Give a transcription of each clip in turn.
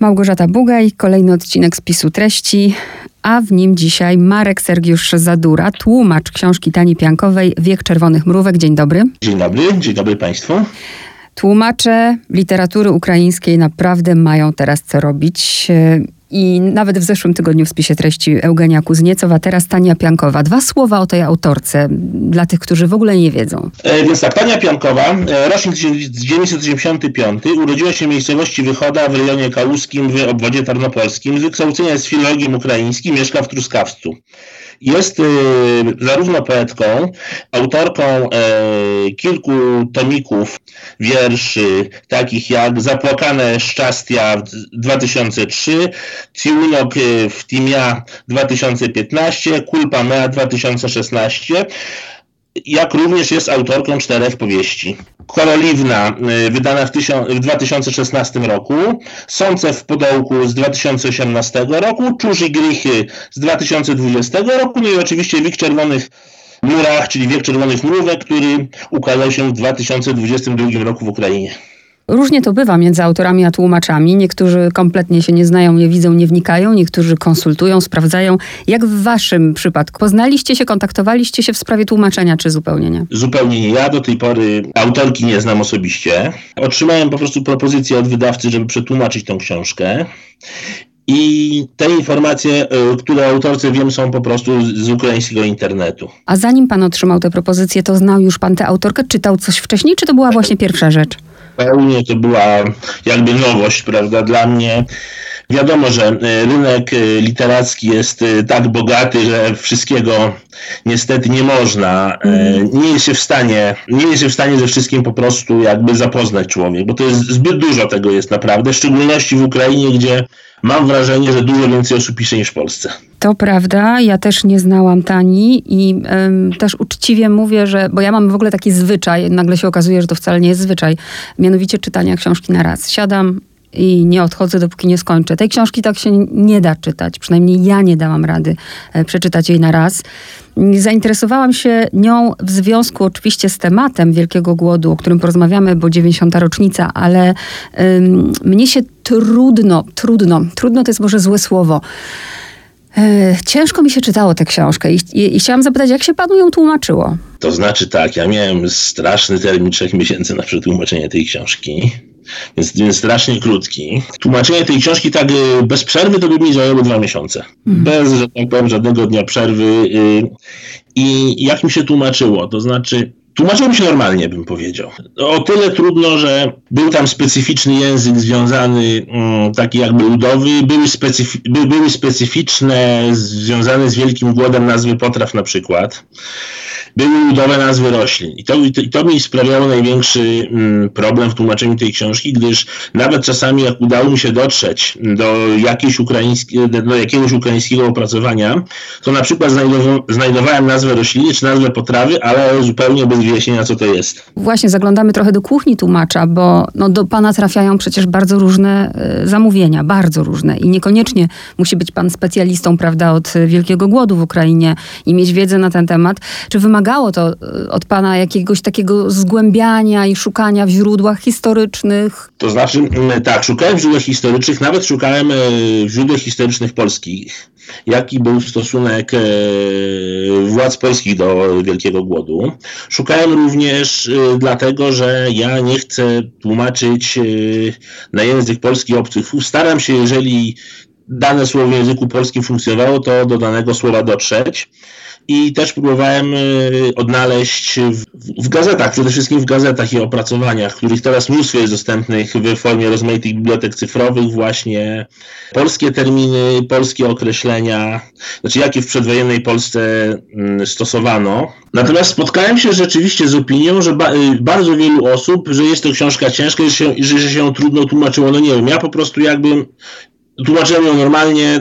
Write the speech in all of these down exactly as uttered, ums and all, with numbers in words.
Małgorzata Bugaj, kolejny odcinek Spisu Treści, a w nim dzisiaj Marek Sergiusz Zadura, tłumacz książki Tani Piankowej Wiek Czerwonych Mrówek. Dzień dobry. Dzień dobry, dzień dobry Państwu. Tłumacze literatury ukraińskiej naprawdę mają teraz co robić. I nawet w zeszłym tygodniu w Spisie Treści Eugenia Kuzniecowa, teraz Tania Piankowa. Dwa słowa o tej autorce, dla tych, którzy w ogóle nie wiedzą. E, więc tak, Tania Piankowa, e, rocznik tysiąc dziewięćset osiemdziesiąty piąty, urodziła się w miejscowości Wychoda w rejonie kałuskim w obwodzie tarnopolskim. Z wykształcenia jest filologiem ukraińskim, mieszka w Truskawcu. Jest e, zarówno poetką, autorką e, kilku tomików wierszy, takich jak Zapłakane Szczastia dwa tysiące trzy, Ciunok w Timia dwa tysiące piętnaście, Kulpa Mea dwa tysiące szesnaście, jak również jest autorką czterech powieści. Koroliwna, wydana w, tysiąc, w dwa tysiące szesnastym roku, Słońce w Podołku z dwa tysiące osiemnastego roku, Czurzy Grychy z dwa tysiące dwudziestego roku, no i oczywiście Wiek Czerwonych Murach, czyli Wiek Czerwonych Mrówek, który ukazał się w dwa tysiące dwudziestym drugim roku w Ukrainie. Różnie to bywa między autorami a tłumaczami. Niektórzy kompletnie się nie znają, nie widzą, nie wnikają. Niektórzy konsultują, sprawdzają. Jak w waszym przypadku? Poznaliście się, kontaktowaliście się w sprawie tłumaczenia, czy zupełnie nie? Zupełnie nie. Ja do tej pory autorki nie znam osobiście. Otrzymałem po prostu propozycję od wydawcy, żeby przetłumaczyć tę książkę. I te informacje, które o autorce wiem, są po prostu z ukraińskiego internetu. A zanim pan otrzymał tę propozycję, to znał już pan tę autorkę? Czytał coś wcześniej, czy to była właśnie pierwsza rzecz? Pełnie to była jakby nowość, prawda, dla mnie. Wiadomo, że rynek literacki jest tak bogaty, że wszystkiego niestety nie można. Nie jest się w stanie, nie jest się w stanie ze wszystkim po prostu jakby zapoznać człowiek, bo to jest zbyt dużo tego jest naprawdę, w szczególności w Ukrainie, gdzie mam wrażenie, że dużo więcej osób pisze niż w Polsce. To prawda, ja też nie znałam Tani i ym, też uczciwie mówię, że, bo ja mam w ogóle taki zwyczaj, nagle się okazuje, że to wcale nie jest zwyczaj, mianowicie czytania książki na raz. Siadam i nie odchodzę, dopóki nie skończę. Tej książki tak się nie da czytać, przynajmniej ja nie dałam rady e, przeczytać jej na raz. Zainteresowałam się nią w związku oczywiście z tematem Wielkiego Głodu, o którym porozmawiamy, bo dziewięćdziesiąta rocznica, ale ym, mnie się trudno, trudno, trudno to jest może złe słowo, e, ciężko mi się czytało tę książkę i, i, i chciałam zapytać, jak się panu ją tłumaczyło? To znaczy tak, ja miałem straszny termin trzech miesięcy na przetłumaczenie tej książki. Więc, więc strasznie krótki. Tłumaczenie tej książki tak bez przerwy to by mi zajęło dwa miesiące. Mm. Bez, że tak powiem, żadnego dnia przerwy. I jak mi się tłumaczyło? To znaczy, tłumaczyło mi się normalnie, bym powiedział. O tyle trudno, że był tam specyficzny język związany, taki jakby ludowy, były, specyfi- by, były specyficzne, związane z Wielkim Głodem nazwy potraw na przykład. Były ludowe nazwy roślin. I to, i to mi sprawiało największy mm, problem w tłumaczeniu tej książki, gdyż nawet czasami jak udało mi się dotrzeć do, jakiejś ukraińskiej, do jakiegoś ukraińskiego opracowania, to na przykład znajdow- znajdowałem nazwę rośliny czy nazwę potrawy, ale zupełnie bez wyjaśnienia, co to jest. Właśnie zaglądamy trochę do kuchni tłumacza, bo no, do pana trafiają przecież bardzo różne y, zamówienia, bardzo różne i niekoniecznie musi być pan specjalistą, prawda, od Wielkiego Głodu w Ukrainie i mieć wiedzę na ten temat. Czy wymagało to od pana jakiegoś takiego zgłębiania i szukania w źródłach historycznych? To znaczy, tak, szukałem w źródłach historycznych, nawet szukałem w źródłach historycznych polskich, jaki był stosunek władz polskich do Wielkiego Głodu. Szukałem również dlatego, że ja nie chcę tłumaczyć na język polski obcych słów. Staram się, jeżeli dane słowo w języku polskim funkcjonowało, to do danego słowa dotrzeć. I też próbowałem odnaleźć w, w gazetach, przede wszystkim w gazetach i opracowaniach, których teraz mnóstwo jest dostępnych w formie rozmaitych bibliotek cyfrowych, właśnie polskie terminy, polskie określenia, znaczy jakie w przedwojennej Polsce stosowano. Natomiast spotkałem się rzeczywiście z opinią, że ba- bardzo wielu osób, że jest to książka ciężka, że się, że się ją trudno tłumaczyło. No nie wiem, ja po prostu jakby tłumaczyłem ją normalnie, no,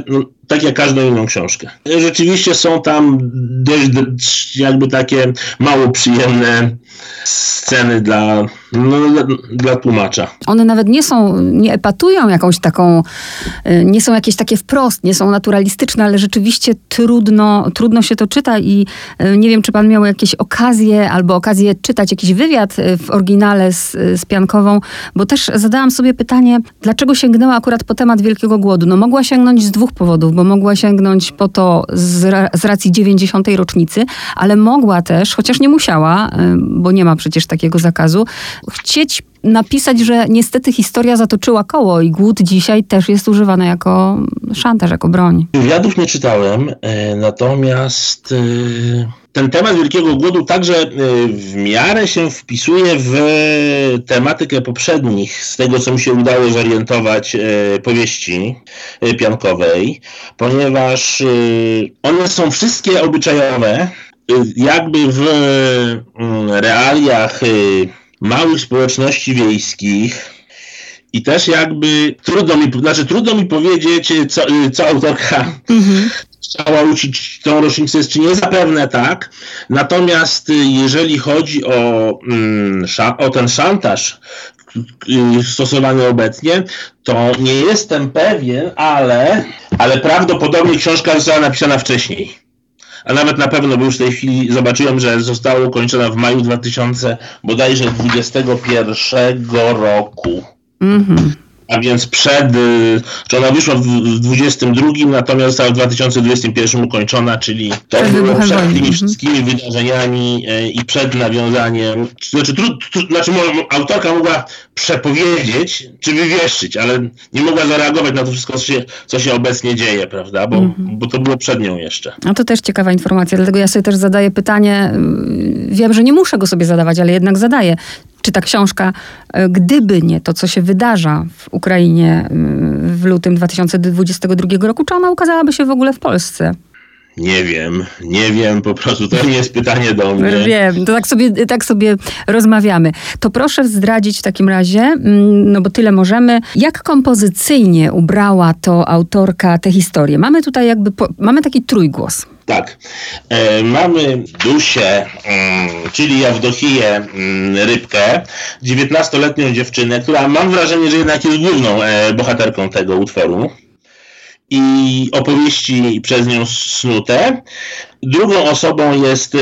tak jak każdą inną książkę. Rzeczywiście są tam dość jakby takie mało przyjemne sceny dla, no, dla, dla tłumacza. One nawet nie są, nie epatują jakąś taką, nie są jakieś takie wprost, nie są naturalistyczne, ale rzeczywiście trudno, trudno się to czyta i nie wiem, czy pan miał jakieś okazje albo okazję czytać jakiś wywiad w oryginale z, z Piankową, bo też zadałam sobie pytanie, dlaczego sięgnęła akurat po temat Wielkiego Głodu? No mogła sięgnąć z dwóch powodów, bo mogła sięgnąć po to z, ra, z racji dziewięćdziesiątej rocznicy, ale mogła też, chociaż nie musiała, bo nie ma przecież takiego zakazu, chcieć napisać, że niestety historia zatoczyła koło i głód dzisiaj też jest używany jako szantaż, jako broń. Wywiadów nie czytałem, natomiast ten temat Wielkiego Głodu także w miarę się wpisuje w tematykę poprzednich, z tego co mi się udało zorientować, powieści Piankowej, ponieważ one są wszystkie obyczajowe, jakby w realiach małych społeczności wiejskich i też jakby trudno mi, znaczy trudno mi powiedzieć, co, co autorka mhm. chciała uczyć tą rocznicę, czy nie, zapewne tak. Natomiast jeżeli chodzi o, o ten szantaż stosowany obecnie, to nie jestem pewien, ale, ale prawdopodobnie książka została napisana wcześniej. A nawet na pewno, bo już w tej chwili zobaczyłem, że została ukończona w maju dwa tysiące bodajże dwudziestego pierwszego roku. Mm-hmm. A więc przed, że ona wyszła w dwudziestym drugim, natomiast została w dwa tysiące dwudziestym pierwszym ukończona, czyli to przed było przed tymi mm-hmm. wszystkimi wydarzeniami i przed nawiązaniem. Znaczy, tru, tru, znaczy autorka mogła przepowiedzieć, czy wywieszczyć, ale nie mogła zareagować na to wszystko, co się, co się obecnie dzieje, prawda? Bo, mm-hmm. bo to było przed nią jeszcze. A to też ciekawa informacja, dlatego ja sobie też zadaję pytanie, wiem, że nie muszę go sobie zadawać, ale jednak zadaję. Czy ta książka, gdyby nie to, co się wydarza w Ukrainie w lutym dwa tysiące dwudziestego drugiego roku, czy ona ukazałaby się w ogóle w Polsce? Nie wiem, nie wiem, po prostu to nie jest pytanie do mnie. Wiem, to tak sobie, tak sobie rozmawiamy. To proszę zdradzić w takim razie, no bo tyle możemy, jak kompozycyjnie ubrała to autorka tę historię. Mamy tutaj jakby, po, mamy taki trójgłos. Tak, e, mamy Dusię, mm, czyli Jawdochiję mm, Rybkę, dziewiętnastoletnią dziewczynę, która mam wrażenie, że jednak jest główną e, bohaterką tego utworu i opowieści przez nią snute. Drugą osobą jest e,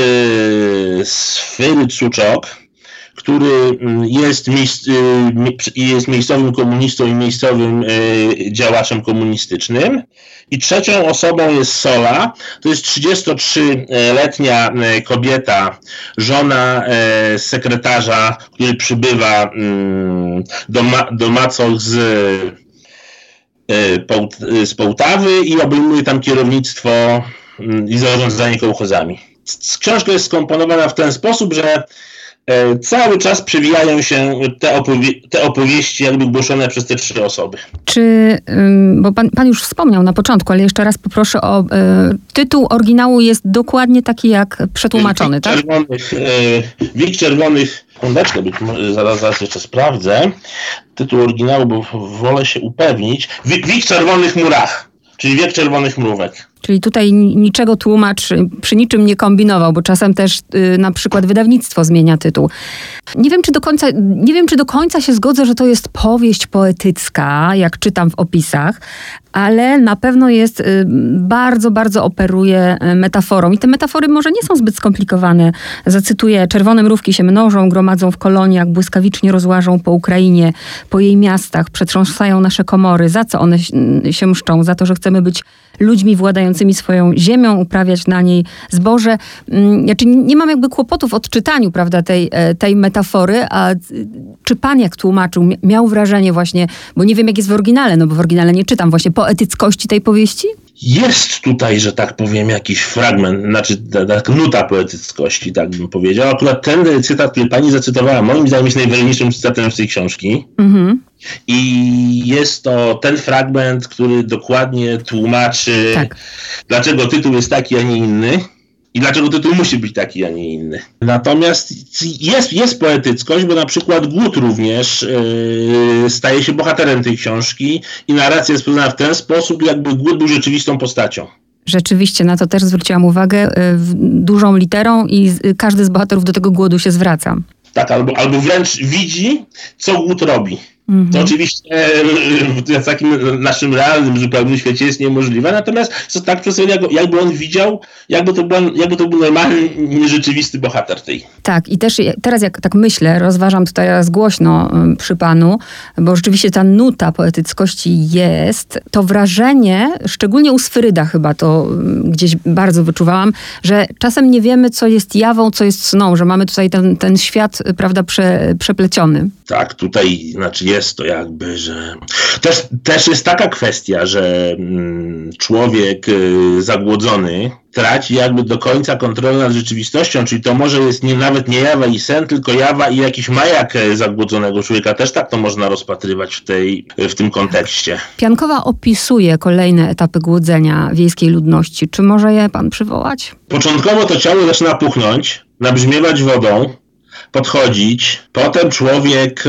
Swyry Cuczok, który jest, miejsc, jest miejscowym komunistą i miejscowym działaczem komunistycznym. I trzecią osobą jest Sola, to jest trzydziestotrzyletnia kobieta, żona sekretarza, który przybywa do, Ma- do Macoch z, z Połtawy i obejmuje tam kierownictwo i zarządzanie kołchozami. Książka jest skomponowana w ten sposób, że cały czas przewijają się te, opowie- te opowieści jakby głoszone przez te trzy osoby. Czy, bo pan, pan już wspomniał na początku, ale jeszcze raz poproszę o y, tytuł oryginału jest dokładnie taki jak przetłumaczony, Wik tak? Czerwonych, y, Wik Czerwonych, sekundeczkę, zaraz, zaraz jeszcze sprawdzę tytuł oryginału, bo wolę się upewnić. Wik, Wik Czerwonych Murach, czyli Wiek Czerwonych Mrówek. Czyli tutaj niczego tłumacz przy niczym nie kombinował, bo czasem też y, na przykład wydawnictwo zmienia tytuł. Nie wiem, czy do końca, nie wiem, czy do końca się zgodzę, że to jest powieść poetycka, jak czytam w opisach, ale na pewno jest y, bardzo, bardzo operuje metaforą. I te metafory może nie są zbyt skomplikowane. Zacytuję: czerwone mrówki się mnożą, gromadzą w koloniach, błyskawicznie rozłażą po Ukrainie, po jej miastach, przetrząsają nasze komory. Za co one się mszczą? Za to, że chcemy być ludźmi władającymi swoją ziemią, uprawiać na niej zboże. Znaczy, nie mam jakby kłopotów w odczytaniu, prawda, tej, tej metafory, a czy pan jak tłumaczył, miał wrażenie właśnie, bo nie wiem jak jest w oryginale, no bo w oryginale nie czytam, właśnie poetyckości tej powieści? Jest tutaj, że tak powiem, jakiś fragment, znaczy tak nuta poetyckości, tak bym powiedział. Akurat ten cytat, który pani zacytowała, moim zdaniem jest najważniejszym cytatem z tej książki. Mhm. I jest to ten fragment, który dokładnie tłumaczy, tak, dlaczego tytuł jest taki, a nie inny. I dlaczego tytuł musi być taki, a nie inny. Natomiast jest, jest poetyckość, bo na przykład głód również yy, staje się bohaterem tej książki i narracja jest poznana w ten sposób, jakby głód był rzeczywistą postacią. Rzeczywiście, na to też zwróciłam uwagę yy, dużą literą i yy, każdy z bohaterów do tego głodu się zwraca. Tak, albo, albo wręcz widzi, co głód robi. Mm-hmm. To oczywiście w takim naszym realnym, zupełnym świecie jest niemożliwe, natomiast to tak przedstawione, jakby on widział, jakby to, był, jakby to był normalny, nierzeczywisty bohater tej. Tak, i też teraz jak tak myślę, rozważam tutaj raz głośno przy panu, bo rzeczywiście ta nuta poetyckości jest, to wrażenie, szczególnie u Sferyda chyba to gdzieś bardzo wyczuwałam, że czasem nie wiemy, co jest jawą, co jest sną, że mamy tutaj ten, ten świat, prawda, prze, przepleciony. Tak, tutaj, znaczy jest to jakby, że... Też, też jest taka kwestia, że mm, człowiek y, zagłodzony traci jakby do końca kontrolę nad rzeczywistością, czyli to może jest nie, nawet nie jawa i sen, tylko jawa i jakiś majak zagłodzonego człowieka. Też tak to można rozpatrywać w, tej, w tym kontekście. Piankowa opisuje kolejne etapy głodzenia wiejskiej ludności. Czy może je pan przywołać? Początkowo to ciało zaczyna puchnąć, nabrzmiewać wodą, podchodzić, potem człowiek e,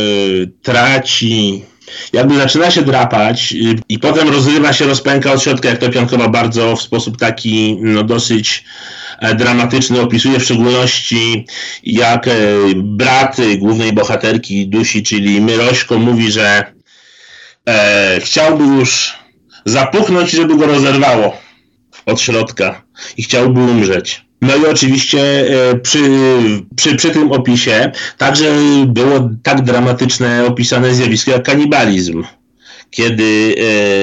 traci, jakby zaczyna się drapać i, i potem rozrywa się, rozpęka od środka, jak to Piankowa bardzo w sposób taki no, dosyć e, dramatyczny opisuje, w szczególności jak e, brat głównej bohaterki Dusi, czyli Myrośko, mówi, że e, chciałby już zapuchnąć, żeby go rozerwało od środka i chciałby umrzeć. No i oczywiście przy, przy, przy tym opisie także było tak dramatyczne opisane zjawisko jak kanibalizm, kiedy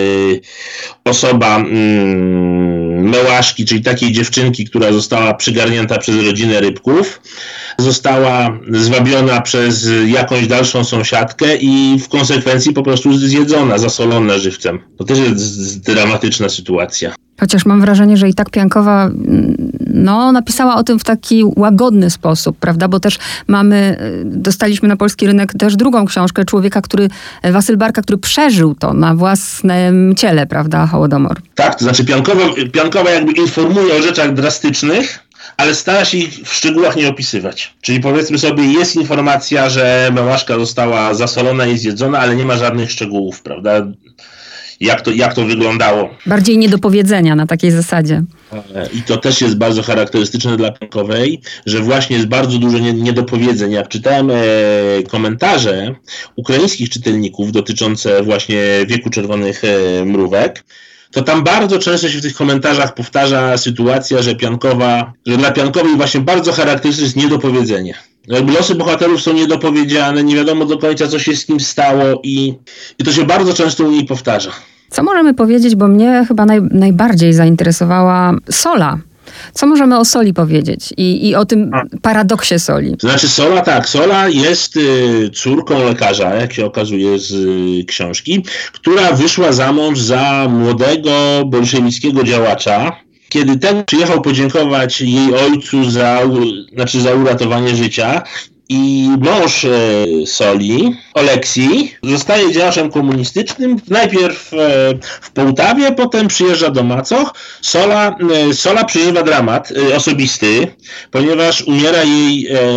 e, osoba mm, Mełaszki, czyli takiej dziewczynki, która została przygarnięta przez rodzinę rybków, została zwabiona przez jakąś dalszą sąsiadkę i w konsekwencji po prostu zjedzona, zasolona żywcem. To też jest dramatyczna sytuacja. Chociaż mam wrażenie, że i tak Piankowa no, napisała o tym w taki łagodny sposób, prawda? Bo też mamy, dostaliśmy na polski rynek też drugą książkę człowieka, który, Wasyl Barka, który przeżył to na własnym ciele, prawda? Hołodomor. Tak, to znaczy Piankowa, Piankowa jakby informuje o rzeczach drastycznych, ale stara się ich w szczegółach nie opisywać. Czyli powiedzmy sobie, jest informacja, że Mełaszka została zasolona i zjedzona, ale nie ma żadnych szczegółów, prawda? Jak to, jak to wyglądało. Bardziej niedopowiedzenia na takiej zasadzie. I to też jest bardzo charakterystyczne dla Piankowej, że właśnie jest bardzo dużo niedopowiedzeń. Jak czytałem e, komentarze ukraińskich czytelników dotyczące właśnie Wieku Czerwonych e, Mrówek, to tam bardzo często się w tych komentarzach powtarza sytuacja, że Piankowa, że dla Piankowej właśnie bardzo charakterystyczne jest niedopowiedzenie. Jakby losy bohaterów są niedopowiedziane, nie wiadomo do końca, co się z kim stało i, i to się bardzo często u niej powtarza. Co możemy powiedzieć, bo mnie chyba naj, najbardziej zainteresowała Sola. Co możemy o Soli powiedzieć i, i o tym paradoksie Soli? To znaczy Sola, tak, Sola jest y, córką lekarza, jak się okazuje z y, książki, która wyszła za mąż za młodego bolszewickiego działacza. Kiedy ten przyjechał podziękować jej ojcu za, znaczy za uratowanie życia i mąż e, Soli, Oleksij, zostaje działaczem komunistycznym, najpierw e, w Połtawie, potem przyjeżdża do Macoch. Sola, e, Sola przeżywa dramat e, osobisty, ponieważ umiera jej e,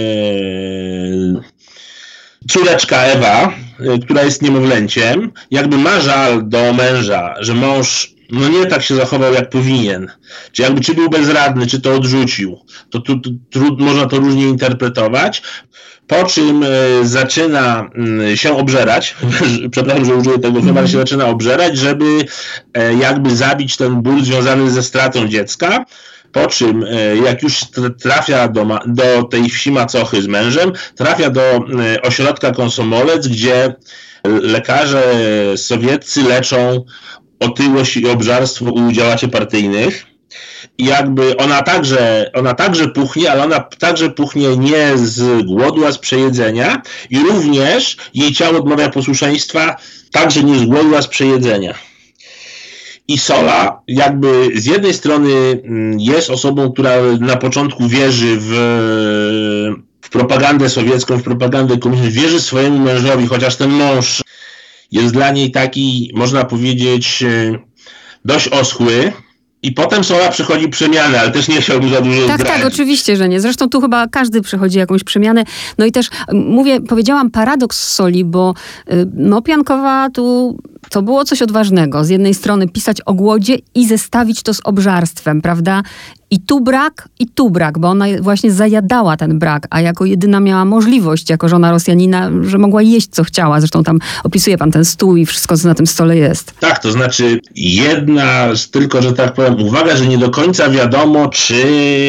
córeczka Ewa, e, która jest niemowlęciem, jakby ma żal do męża, że mąż no nie tak się zachował, jak powinien. Czy jakby czy był bezradny, czy to odrzucił. To tu, tu, tu można to różnie interpretować. Po czym y, zaczyna y, się obżerać, przepraszam, że użyję tego słowa, ale się zaczyna obżerać, żeby y, jakby zabić ten ból związany ze stratą dziecka. Po czym, y, jak już trafia do, ma- do tej wsi Macochy z mężem, trafia do y, ośrodka Komsomolec, gdzie lekarze sowieccy leczą otyłość i obżarstwo u działaczy partyjnych. I jakby ona także, ona także puchnie, ale ona także puchnie nie z głodu, a z przejedzenia. I również jej ciało odmawia posłuszeństwa także nie z głodu, a z przejedzenia. I Sola jakby z jednej strony jest osobą, która na początku wierzy w, w propagandę sowiecką, w propagandę komunistyczną, wierzy swojemu mężowi, chociaż ten mąż jest dla niej taki, można powiedzieć, dość oschły, I potem Sola przechodzi przemianę, ale też nie chciałbym za dużo Tak, zdradzić. tak, oczywiście, że nie. Zresztą tu chyba każdy przechodzi jakąś przemianę. No i też mówię, powiedziałam paradoks Soli, bo no Piankowa tu to było coś odważnego. Z jednej strony pisać o głodzie i zestawić to z obżarstwem, prawda? I tu brak, i tu brak, bo ona właśnie zajadała ten brak, a jako jedyna miała możliwość, jako żona Rosjanina, że mogła jeść co chciała. Zresztą tam opisuje pan ten stół i wszystko, co na tym stole jest. Tak, to znaczy jedna z tylko, że tak powiem, uwaga, że nie do końca wiadomo, czy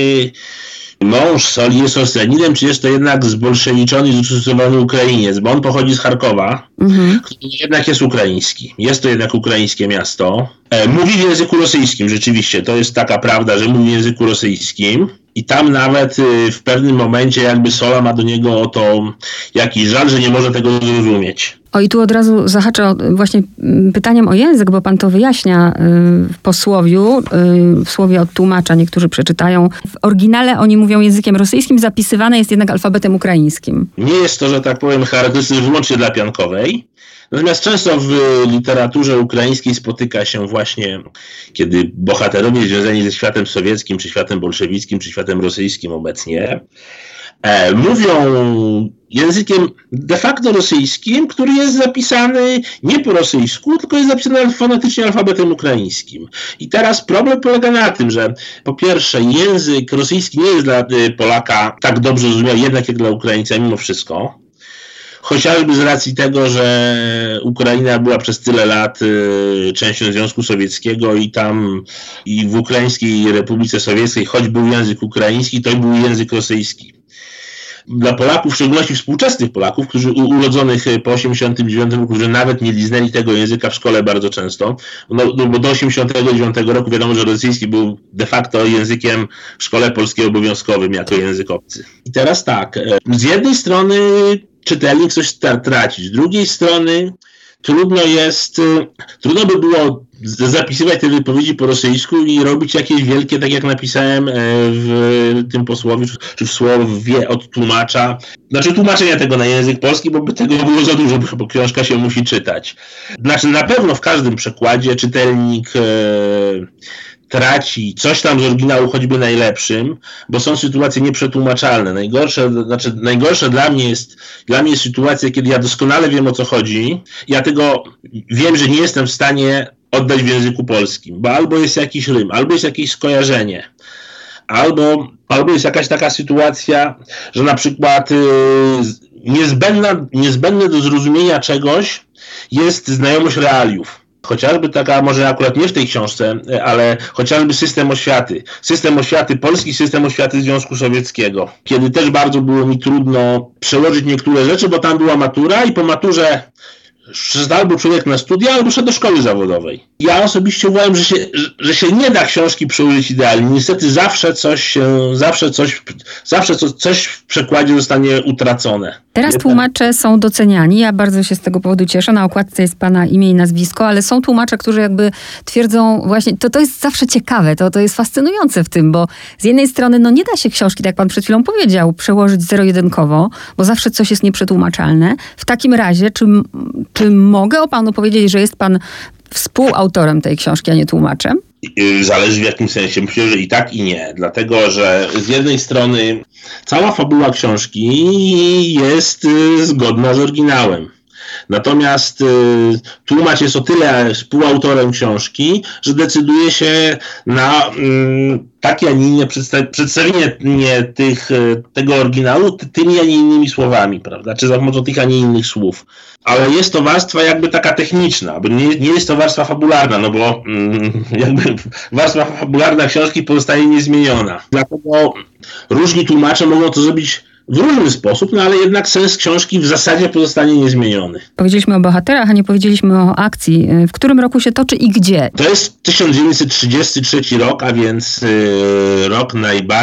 mąż Soli jest Rosjaninem, czy jest to jednak zbolszewiczony i zustosowany Ukrainiec, bo on pochodzi z Charkowa, mhm. który jednak jest ukraiński. Jest to jednak ukraińskie miasto. E, mówi w języku rosyjskim, rzeczywiście. To jest taka prawda, że mówi w języku rosyjskim. I tam nawet y, w pewnym momencie jakby Sola ma do niego o to jakiś żal, że nie może tego zrozumieć. O i tu od razu zahaczę właśnie pytaniem o język, bo pan to wyjaśnia w posłowiu, w słowie od tłumacza, niektórzy przeczytają. W oryginale oni mówią językiem rosyjskim, zapisywane jest jednak alfabetem ukraińskim. Nie jest to, że tak powiem, charakterystyczne wyłącznie dla Piankowej. Natomiast często w literaturze ukraińskiej spotyka się właśnie, kiedy bohaterowie związani ze światem sowieckim, czy światem bolszewickim, czy światem rosyjskim obecnie, e, mówią językiem de facto rosyjskim, który jest zapisany nie po rosyjsku, tylko jest zapisany fonetycznie alfabetem ukraińskim. I teraz problem polega na tym, że po pierwsze język rosyjski nie jest dla Polaka tak dobrze zrozumiały jednak jak dla Ukraińca mimo wszystko. Chociażby z racji tego, że Ukraina była przez tyle lat y, częścią Związku Sowieckiego i tam i w Ukraińskiej Republice Sowieckiej, choć był język ukraiński, to był język rosyjski. Dla Polaków, w szczególności współczesnych Polaków, którzy urodzonych po osiemdziesiątym dziewiątym roku, którzy nawet nie liznęli tego języka w szkole bardzo często, no, no bo do osiemdziesiątego dziewiątego roku wiadomo, że rosyjski był de facto językiem w szkole polskiej obowiązkowym jako język obcy. I teraz tak, z jednej strony czytelnik coś traci, z drugiej strony trudno jest, trudno by było zapisywać te wypowiedzi po rosyjsku i robić jakieś wielkie, tak jak napisałem w tym posłowie, czy w słowie od tłumacza. Znaczy tłumaczenia tego na język polski, bo by tego było za dużo, bo książka się musi czytać. Znaczy na pewno w każdym przekładzie czytelnik e, traci coś tam z oryginału, choćby najlepszym, bo są sytuacje nieprzetłumaczalne. Najgorsze, znaczy najgorsze dla mnie jest, dla mnie jest sytuacja, kiedy ja doskonale wiem, o co chodzi. Ja tego wiem, że nie jestem w stanie oddać w języku polskim, bo albo jest jakiś rym, albo jest jakieś skojarzenie, albo, albo jest jakaś taka sytuacja, że na przykład yy, niezbędna, niezbędne do zrozumienia czegoś jest znajomość realiów. Chociażby taka, może akurat nie w tej książce, ale chociażby system oświaty. System oświaty polski, system oświaty Związku Sowieckiego. Kiedy też bardzo było mi trudno przełożyć niektóre rzeczy, bo tam była matura i po maturze szedł albo człowiek na studia, albo szedł do szkoły zawodowej. Ja osobiście uważam, że się, że się nie da książki przełożyć idealnie. Niestety zawsze coś się, zawsze coś, zawsze coś w przekładzie zostanie utracone. Teraz tłumacze są doceniani. Ja bardzo się z tego powodu cieszę. Na okładce jest pana imię i nazwisko, ale są tłumacze, którzy jakby twierdzą właśnie, to, to jest zawsze ciekawe, to, to jest fascynujące w tym, bo z jednej strony no nie da się książki, tak jak pan przed chwilą powiedział, przełożyć zero-jedynkowo, bo zawsze coś jest nieprzetłumaczalne. W takim razie, czy, czy mogę o panu powiedzieć, że jest pan współautorem tej książki, a nie tłumaczem? Zależy w jakim sensie. Myślę, że i tak, i nie. Dlatego, że z jednej strony cała fabuła książki jest zgodna z oryginałem. Natomiast y, tłumacz jest o tyle współautorem książki, że decyduje się na y, takie, a nie inne przedstaw- przedstawienie nie tych, y, tego oryginału ty, tymi, a nie innymi słowami, prawda? Czy za pomocą tych, a nie innych słów. Ale jest to warstwa jakby taka techniczna, bo nie, nie jest to warstwa fabularna, no bo y, jakby warstwa fabularna książki pozostaje niezmieniona. Dlatego różni tłumacze mogą to zrobić w różny sposób, no ale jednak sens książki w zasadzie pozostanie niezmieniony. Powiedzieliśmy o bohaterach, a nie powiedzieliśmy o akcji. W którym roku się toczy i gdzie? To jest tysiąc dziewięćset trzydziesty trzeci rok, a więc y, rok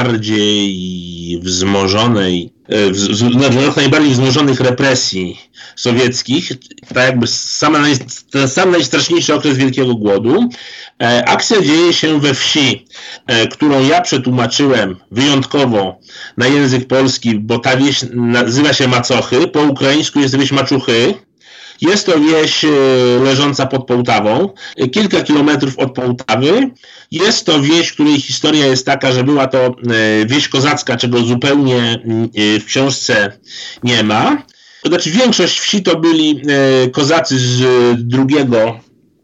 najbardziej wzmożonej, y, w, w, rok najbardziej wzmożonych represji sowieckich, tak jakby sama, ten sam najstraszniejszy okres Wielkiego Głodu. E, akcja dzieje się we wsi, e, którą ja przetłumaczyłem wyjątkowo na język polski, bo ta wieś nazywa się Macochy, po ukraińsku jest wieś Maczuchy. Jest to wieś leżąca pod Połtawą, kilka kilometrów od Połtawy. Jest to wieś, której historia jest taka, że była to wieś kozacka, czego zupełnie w książce nie ma. Znaczy większość wsi to byli kozacy z drugiego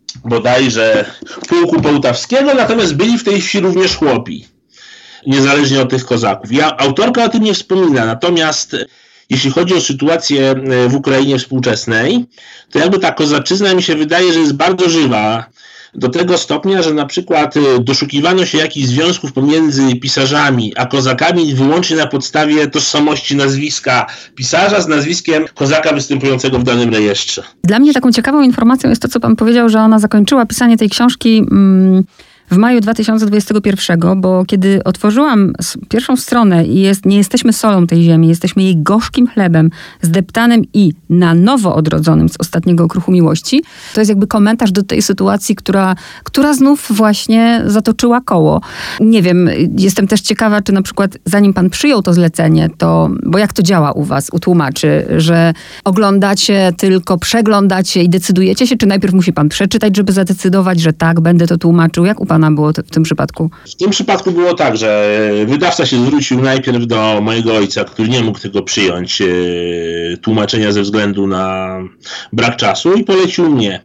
bodajże pułku połtawskiego, natomiast byli w tej wsi również chłopi, niezależnie od tych kozaków. Ja, autorka o tym nie wspomina, natomiast jeśli chodzi o sytuację w Ukrainie współczesnej, to jakby ta kozaczyzna mi się wydaje, że jest bardzo żywa. Do tego stopnia, że na przykład doszukiwano się jakichś związków pomiędzy pisarzami a kozakami wyłącznie na podstawie tożsamości nazwiska pisarza z nazwiskiem kozaka występującego w danym rejestrze. Dla mnie taką ciekawą informacją jest to, co pan powiedział, że ona zakończyła pisanie tej książki mm, w maju dwa tysiące dwudziestego pierwszego, bo kiedy otworzyłam pierwszą stronę i jest, nie jesteśmy solą tej ziemi, jesteśmy jej gorzkim chlebem, zdeptanym i na nowo odrodzonym z ostatniego okruchu miłości, to jest jakby komentarz do tej sytuacji, która, która znów właśnie zatoczyła koło. Nie wiem, jestem też ciekawa, czy na przykład zanim pan przyjął to zlecenie, to, bo jak to działa u was, u tłumaczy, że oglądacie tylko, przeglądacie i decydujecie się, czy najpierw musi pan przeczytać, żeby zadecydować, że tak, będę to tłumaczył? Jak u pana było w tym przypadku? W tym przypadku było tak, że wydawca się zwrócił najpierw do mojego ojca, który nie mógł tego przyjąć e, tłumaczenia ze względu na brak czasu i polecił mnie.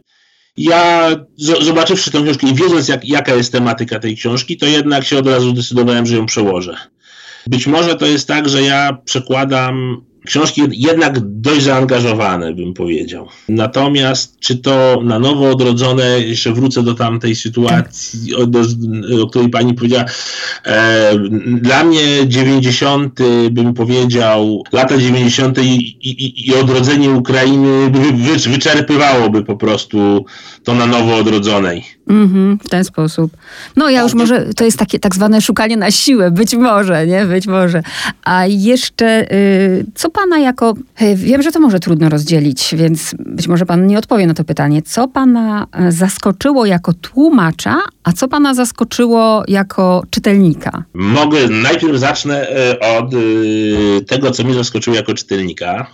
Ja z- zobaczywszy tę książkę i wiedząc jak, jaka jest tematyka tej książki, to jednak się od razu zdecydowałem, że ją przełożę. Być może to jest tak, że ja przekładam książki jednak dość zaangażowane, bym powiedział. Natomiast czy to na nowo odrodzone, jeszcze wrócę do tamtej sytuacji, o, do, o której pani powiedziała, e, dla mnie dziewięćdziesiąty, bym powiedział, lata dziewięćdziesiąte i, i, i odrodzenie Ukrainy wy, wy, wyczerpywałoby po prostu to na nowo odrodzonej. Mhm, w ten sposób. No ja już może, to jest takie tak zwane szukanie na siłę, być może, nie? Być może. A jeszcze, y, co pana jako, y, wiem, że to może trudno rozdzielić, więc być może pan nie odpowie na to pytanie. Co pana zaskoczyło jako tłumacza, a co pana zaskoczyło jako czytelnika? Mogę, najpierw zacznę od y, tego, co mnie zaskoczyło jako czytelnika.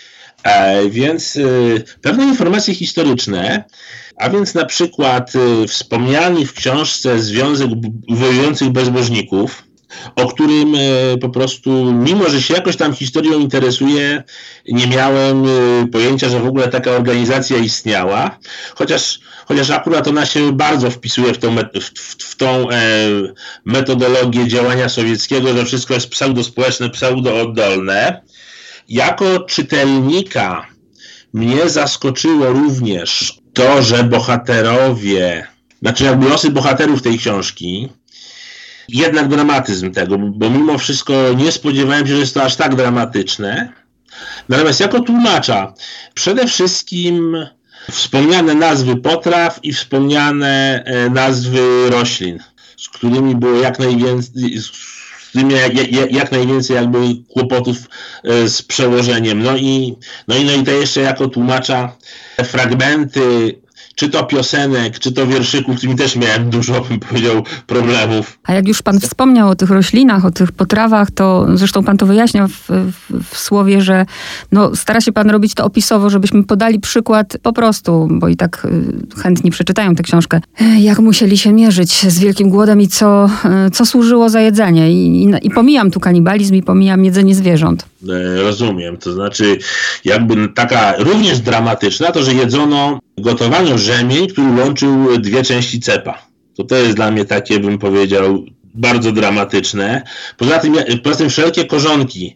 E, więc y, pewne informacje historyczne, a więc na przykład y, wspomniany w książce Związek Wojujących Bezbożników, o którym y, po prostu, mimo że się jakoś tam historią interesuję, nie miałem y, pojęcia, że w ogóle taka organizacja istniała, chociaż, chociaż akurat ona się bardzo wpisuje w tą, met- w, w, w tą e, metodologię działania sowieckiego, że wszystko jest pseudospołeczne, pseudooddolne. Jako czytelnika mnie zaskoczyło również to, że bohaterowie, znaczy jakby losy bohaterów tej książki, jednak dramatyzm tego, bo mimo wszystko nie spodziewałem się, że jest to aż tak dramatyczne. Natomiast jako tłumacza przede wszystkim wspomniane nazwy potraw i wspomniane nazwy roślin, z którymi było jak najwięcej, z którymi jak, jak najwięcej jakby kłopotów z przełożeniem. No i, no i, no i to jeszcze jako tłumacza fragmenty, czy to piosenek, czy to wierszyków, z którymi też miałem dużo, bym powiedział, problemów. A jak już pan wspomniał o tych roślinach, o tych potrawach, to zresztą pan to wyjaśnia w, w, w słowie, że no, stara się pan robić to opisowo, żebyśmy podali przykład po prostu, bo i tak y, chętni przeczytają tę książkę, jak musieli się mierzyć z wielkim głodem i co, y, co służyło za jedzenie. I, i, I pomijam tu kanibalizm i pomijam jedzenie zwierząt. Rozumiem, to znaczy jakby taka również dramatyczna, to że jedzono, gotowano rzemień, który łączył dwie części cepa. To to jest dla mnie takie, bym powiedział, bardzo dramatyczne. Poza tym, poza tym wszelkie korzonki,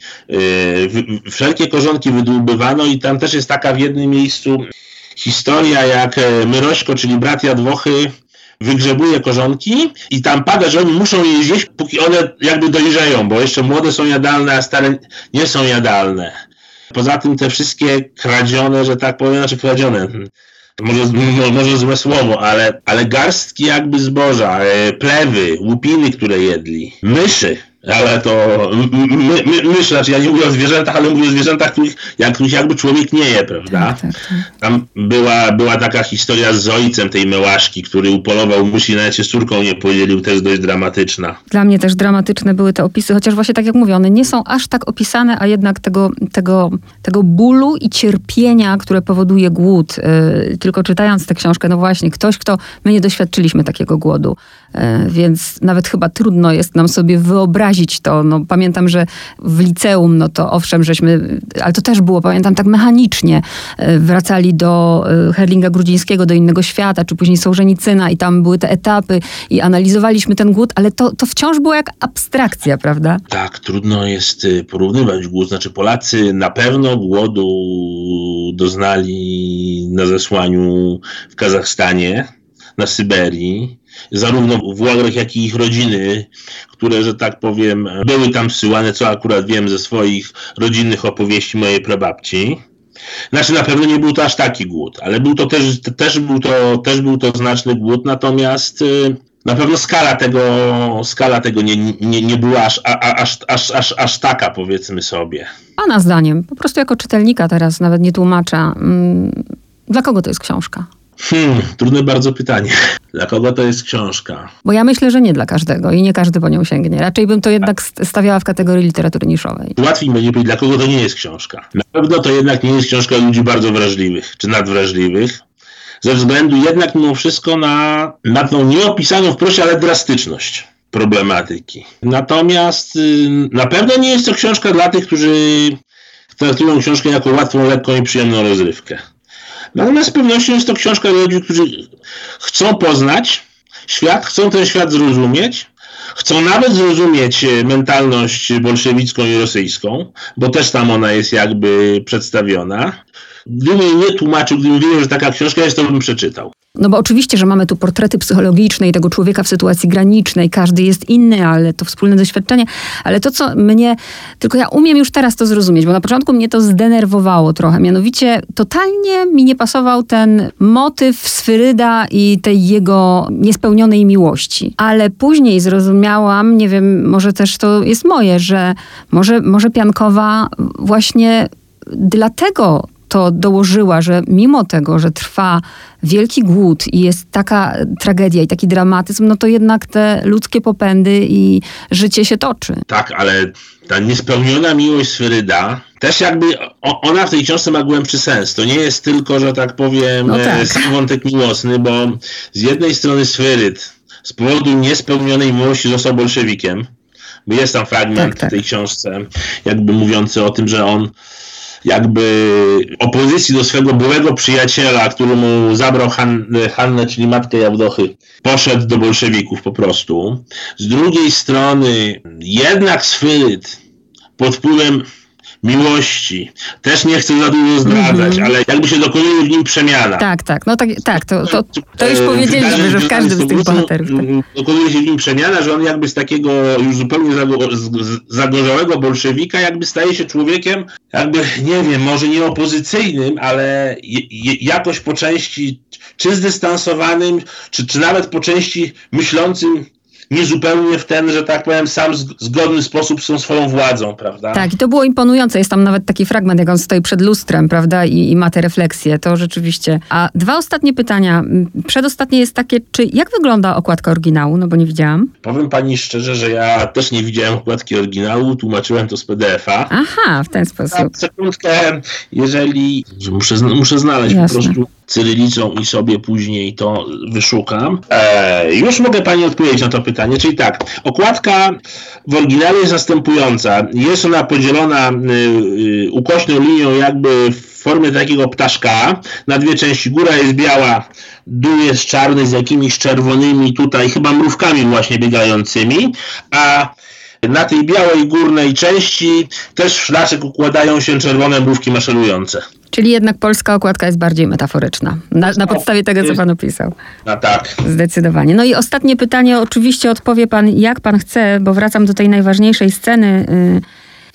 yy, wszelkie korzonki wydłubywano i tam też jest taka w jednym miejscu historia, jak Myrośko, czyli brat Jadwochy, wygrzebuje korzonki i tam pada, że oni muszą je zjeść, póki one jakby dojrzeją, bo jeszcze młode są jadalne, a stare nie są jadalne. Poza tym te wszystkie kradzione, że tak powiem, znaczy kradzione, może, może złe słowo, ale, ale garstki jakby zboża, plewy, łupiny, które jedli, myszy, Ale to my, my, mysz, znaczy ja nie mówię o zwierzętach, ale mówię o zwierzętach, których, jak, których jakby człowiek nie je, prawda? Tak, tak, tak. Tam była, była taka historia z ojcem tej mełaszki, który upolował mysz i nawet się z córką nie podzielił, też dość dramatyczna. Dla mnie też dramatyczne były te opisy, chociaż właśnie tak jak mówię, one nie są aż tak opisane, a jednak tego, tego, tego bólu i cierpienia, które powoduje głód. Yy, tylko czytając tę książkę, no właśnie, ktoś, kto, my nie doświadczyliśmy takiego głodu, yy, więc nawet chyba trudno jest nam sobie wyobrazić to. No, pamiętam, że w liceum, no to owszem, żeśmy, ale to też było, pamiętam, tak mechanicznie yy, wracali do yy, Herlinga Grudzińskiego, do Innego Świata, czy później Sołżenicyna i tam były te etapy i analizowaliśmy ten głód, ale to, to wciąż było jak abstrakcja, prawda? Tak, trudno jest porównywać głód. Znaczy Polacy na pewno głodu doznali na zesłaniu w Kazachstanie, na Syberii, zarówno Włoch, jak i ich rodziny, które, że tak powiem, były tam zsyłane, co akurat wiem ze swoich rodzinnych opowieści mojej prababci. Znaczy na pewno nie był to aż taki głód, ale był to też, też, był, to, też był to znaczny głód, natomiast na pewno skala tego, skala tego nie, nie, nie była aż, a, aż, aż, aż, aż taka, powiedzmy sobie. Pana zdaniem, po prostu jako czytelnika teraz, nawet nie tłumacza, hmm, dla kogo to jest książka? Hmm, trudne bardzo pytanie. Dla kogo to jest książka? Bo ja myślę, że nie dla każdego i nie każdy po nią sięgnie. Raczej bym to jednak stawiała w kategorii literatury niszowej. Łatwiej będzie powiedzieć, dla kogo to nie jest książka. Na pewno to jednak nie jest książka ludzi bardzo wrażliwych, czy nadwrażliwych, ze względu jednak mimo wszystko na, na tą nieopisaną wprost, ale drastyczność problematyki. Natomiast na pewno nie jest to książka dla tych, którzy traktują książkę jako łatwą, lekką i przyjemną rozrywkę. Natomiast z pewnością jest to książka dla ludzi, którzy chcą poznać świat, chcą ten świat zrozumieć, chcą nawet zrozumieć mentalność bolszewicką i rosyjską, bo też tam ona jest jakby przedstawiona. Gdybym jej nie tłumaczył, gdybym wiedział, że taka książka jest, to bym przeczytał. No bo oczywiście, że mamy tu portrety psychologiczne i tego człowieka w sytuacji granicznej. Każdy jest inny, ale to wspólne doświadczenie. Ale to, co mnie... Tylko ja umiem już teraz to zrozumieć, bo na początku mnie to zdenerwowało trochę. Mianowicie totalnie mi nie pasował ten motyw Sfyryda i tej jego niespełnionej miłości. Ale później zrozumiałam, nie wiem, może też to jest moje, że może, może Piankowa właśnie dlatego to dołożyła, że mimo tego, że trwa wielki głód i jest taka tragedia i taki dramatyzm, no to jednak te ludzkie popędy i życie się toczy. Tak, ale ta niespełniona miłość Sfyryda, też jakby ona w tej książce ma głębszy sens. To nie jest tylko, że tak powiem, no tak. sam wątek miłosny, bo z jednej strony Sfyryd z powodu niespełnionej miłości został bolszewikiem, bo jest tam fragment tak, tak. w tej książce jakby mówiący o tym, że on jakby opozycji do swego byłego przyjaciela, który mu zabrał Han, Hannę, czyli matkę Jawdochy, poszedł do bolszewików po prostu. Z drugiej strony jednak Sfyryd pod wpływem miłości, też nie chcę za dużo zdradzać, mm-hmm. ale jakby się dokonuje w nim przemiana. Tak, tak, no tak, tak to, to, to już powiedzieliśmy, że w każdym z tych bohaterów. Tak. Dokonuje się w nim przemiana, że on jakby z takiego już zupełnie zagorzałego bolszewika jakby staje się człowiekiem, jakby, nie wiem, może nie opozycyjnym, ale je, jakoś po części czy zdystansowanym, czy, czy nawet po części myślącym niezupełnie w ten, że tak powiem, sam zgodny sposób z tą swoją władzą, prawda? Tak, i to było imponujące. Jest tam nawet taki fragment, jak on stoi przed lustrem, prawda, i, i ma te refleksje. To rzeczywiście. A dwa ostatnie pytania. Przedostatnie jest takie, czy jak wygląda okładka oryginału? No bo nie widziałam. Powiem pani szczerze, że ja też nie widziałem okładki oryginału, tłumaczyłem to z P D F a. Aha, w ten sposób. Tak, sekundkę, jeżeli... Muszę, muszę znaleźć Jasne. po prostu cyrylicą i sobie później to wyszukam. E, już mogę pani odpowiedzieć na to pytanie. Czyli tak, okładka w oryginale jest następująca. Jest ona podzielona y, y, ukośną linią jakby w formie takiego ptaszka na dwie części. Góra jest biała, dół jest czarny z jakimiś czerwonymi tutaj chyba mrówkami właśnie biegającymi, a na tej białej górnej części też w szlaczek układają się czerwone mrówki maszerujące. Czyli jednak polska okładka jest bardziej metaforyczna. Na, na podstawie tego, co pan opisał. No tak. Zdecydowanie. No i ostatnie pytanie. Oczywiście odpowie pan, jak pan chce, bo wracam do tej najważniejszej sceny. W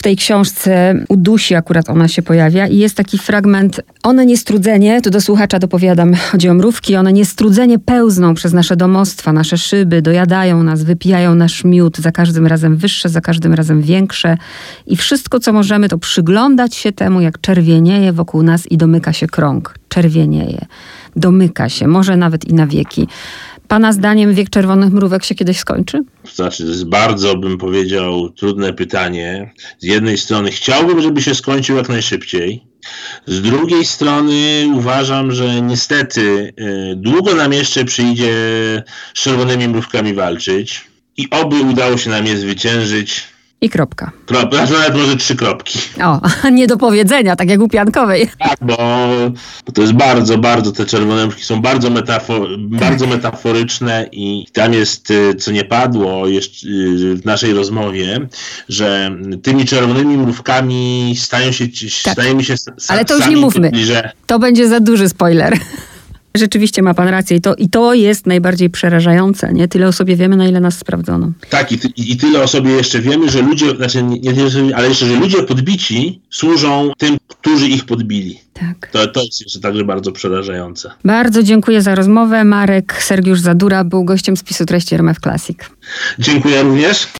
tej książce udusi, akurat ona się pojawia i jest taki fragment: one niestrudzenie, tu do słuchacza dopowiadam, chodzi o mrówki, one niestrudzenie pełzną przez nasze domostwa, nasze szyby, dojadają nas, wypijają nasz miód, za każdym razem wyższe, za każdym razem większe i wszystko, co możemy, to przyglądać się temu, jak czerwienieje wokół nas i domyka się krąg. Czerwienieje, domyka się, może nawet i na wieki. Pana zdaniem wiek czerwonych mrówek się kiedyś skończy? Znaczy, to jest bardzo, bym powiedział, trudne pytanie. Z jednej strony chciałbym, żeby się skończył jak najszybciej. Z drugiej strony uważam, że niestety y, długo nam jeszcze przyjdzie z czerwonymi mrówkami walczyć i oby udało się nam je zwyciężyć. I kropka. Kropka, nawet może trzy kropki. O, nie do powiedzenia, tak jak u Piankowej. Tak, bo, bo to jest bardzo, bardzo, te czerwone mrówki są bardzo, metafor, bardzo metaforyczne i tam jest, co nie padło jeszcze w naszej rozmowie, że tymi czerwonymi mrówkami stają się, tak. stajemy się sa, Ale to już nie mówmy, że... to będzie za duży spoiler. Rzeczywiście ma pan rację i to, i to jest najbardziej przerażające, nie? Tyle o sobie wiemy, na ile nas sprawdzono. Tak, i, ty, i tyle o sobie jeszcze wiemy, że ludzie, znaczy nie, nie tyle sobie, ale jeszcze, że ludzie podbici służą tym, którzy ich podbili. Tak. To, to jest jeszcze także bardzo przerażające. Bardzo dziękuję za rozmowę. Marek Sergiusz Zadura był gościem spisu treści R M F Classic. Dziękuję również.